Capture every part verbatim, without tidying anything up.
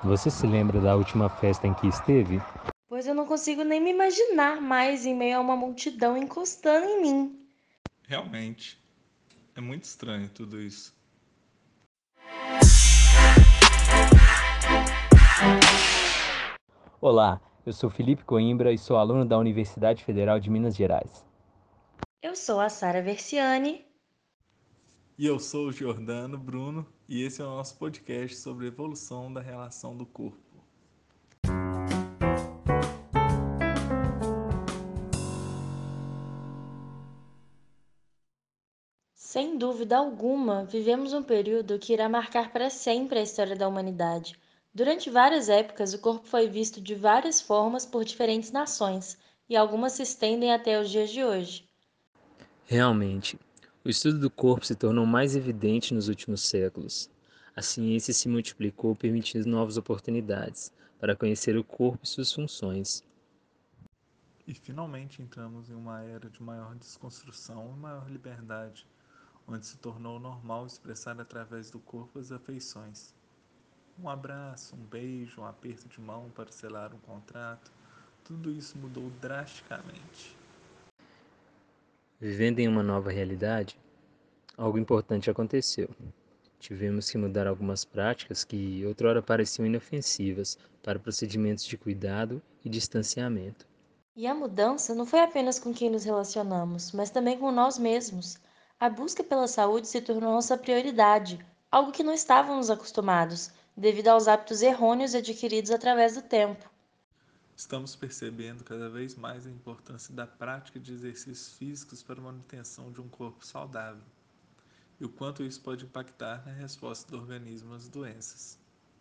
Você se lembra da última festa em que esteve? Pois eu não consigo nem me imaginar mais em meio a uma multidão encostando em mim. Realmente, é muito estranho tudo isso. Olá, eu sou Felipe Coimbra e sou aluno da Universidade Federal de Minas Gerais. Eu sou a Sara Versiani. E eu sou o Jordano Bruno, e esse é o nosso podcast sobre a evolução da relação do corpo. Sem dúvida alguma, vivemos um período que irá marcar para sempre a história da humanidade. Durante várias épocas, o corpo foi visto de várias formas por diferentes nações, e algumas se estendem até os dias de hoje. Realmente, o estudo do corpo se tornou mais evidente nos últimos séculos. A ciência se multiplicou, permitindo novas oportunidades para conhecer o corpo e suas funções. E finalmente entramos em uma era de maior desconstrução e maior liberdade, onde se tornou normal expressar através do corpo as afeições. Um abraço, um beijo, um aperto de mão para selar um contrato, tudo isso mudou drasticamente. Vivendo em uma nova realidade, algo importante aconteceu. Tivemos que mudar algumas práticas que outrora pareciam inofensivas para procedimentos de cuidado e distanciamento. E a mudança não foi apenas com quem nos relacionamos, mas também com nós mesmos. A busca pela saúde se tornou nossa prioridade, algo que não estávamos acostumados, devido aos hábitos errôneos adquiridos através do tempo. Estamos percebendo cada vez mais a importância da prática de exercícios físicos para a manutenção de um corpo saudável e o quanto isso pode impactar na resposta do organismo às doenças.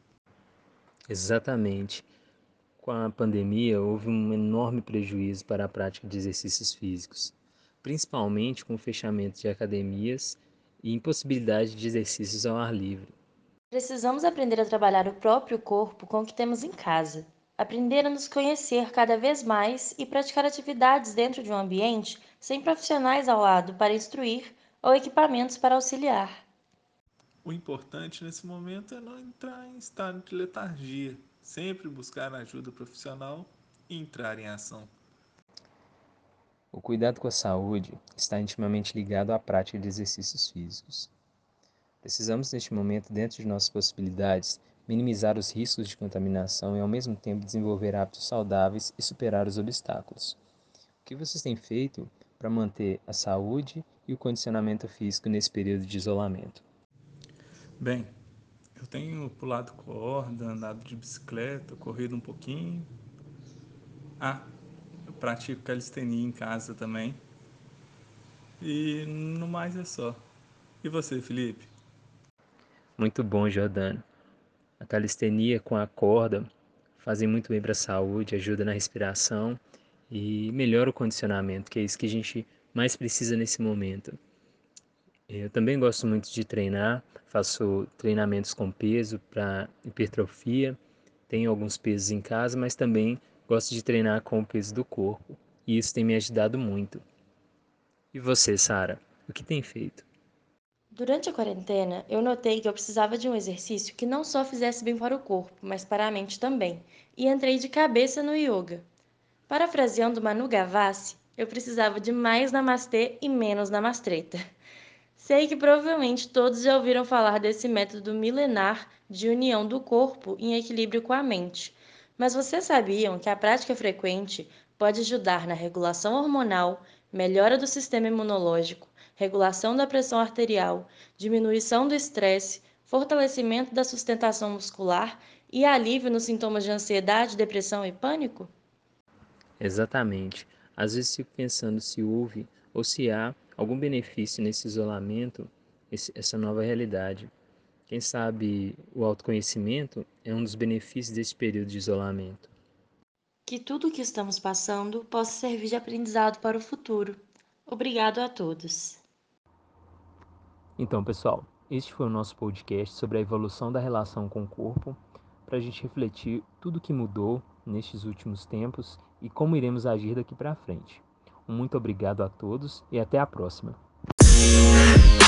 Exatamente. Com a pandemia, houve um enorme prejuízo para a prática de exercícios físicos, principalmente com o fechamento de academias e impossibilidade de exercícios ao ar livre. Precisamos aprender a trabalhar o próprio corpo com o que temos em casa, aprender a nos conhecer cada vez mais e praticar atividades dentro de um ambiente sem profissionais ao lado para instruir ou equipamentos para auxiliar. O importante nesse momento é não entrar em estado de letargia, sempre buscar ajuda profissional e entrar em ação. O cuidado com a saúde está intimamente ligado à prática de exercícios físicos. Precisamos, neste momento, dentro de nossas possibilidades, minimizar os riscos de contaminação e, ao mesmo tempo, desenvolver hábitos saudáveis e superar os obstáculos. O que vocês têm feito para manter a saúde e o condicionamento físico nesse período de isolamento? Bem, eu tenho pulado corda, andado de bicicleta, corrido um pouquinho. Ah, eu pratico calistenia em casa também. E no mais é só. E você, Felipe? Muito bom, Jordano. A calistenia com a corda fazem muito bem para a saúde, ajuda na respiração e melhora o condicionamento, que é isso que a gente mais precisa nesse momento. Eu também gosto muito de treinar, faço treinamentos com peso para hipertrofia, tenho alguns pesos em casa, mas também gosto de treinar com o peso do corpo, e isso tem me ajudado muito. E você, Sara, o que tem feito? Durante a quarentena, eu notei que eu precisava de um exercício que não só fizesse bem para o corpo, mas para a mente também, e entrei de cabeça no yoga. Parafraseando Manu Gavassi, eu precisava de mais namastê e menos namastreta. Sei que provavelmente todos já ouviram falar desse método milenar de união do corpo em equilíbrio com a mente. Mas vocês sabiam que a prática frequente pode ajudar na regulação hormonal, melhora do sistema imunológico, regulação da pressão arterial, diminuição do estresse, fortalecimento da sustentação muscular e alívio nos sintomas de ansiedade, depressão e pânico? Exatamente. Às vezes fico pensando se houve ou se há algum benefício nesse isolamento, esse, essa nova realidade. Quem sabe o autoconhecimento é um dos benefícios desse período de isolamento. Que tudo o que estamos passando possa servir de aprendizado para o futuro. Obrigado a todos. Então, pessoal, este foi o nosso podcast sobre a evolução da relação com o corpo, para a gente refletir tudo o que mudou nestes últimos tempos e como iremos agir daqui para frente. Um muito obrigado a todos e até a próxima.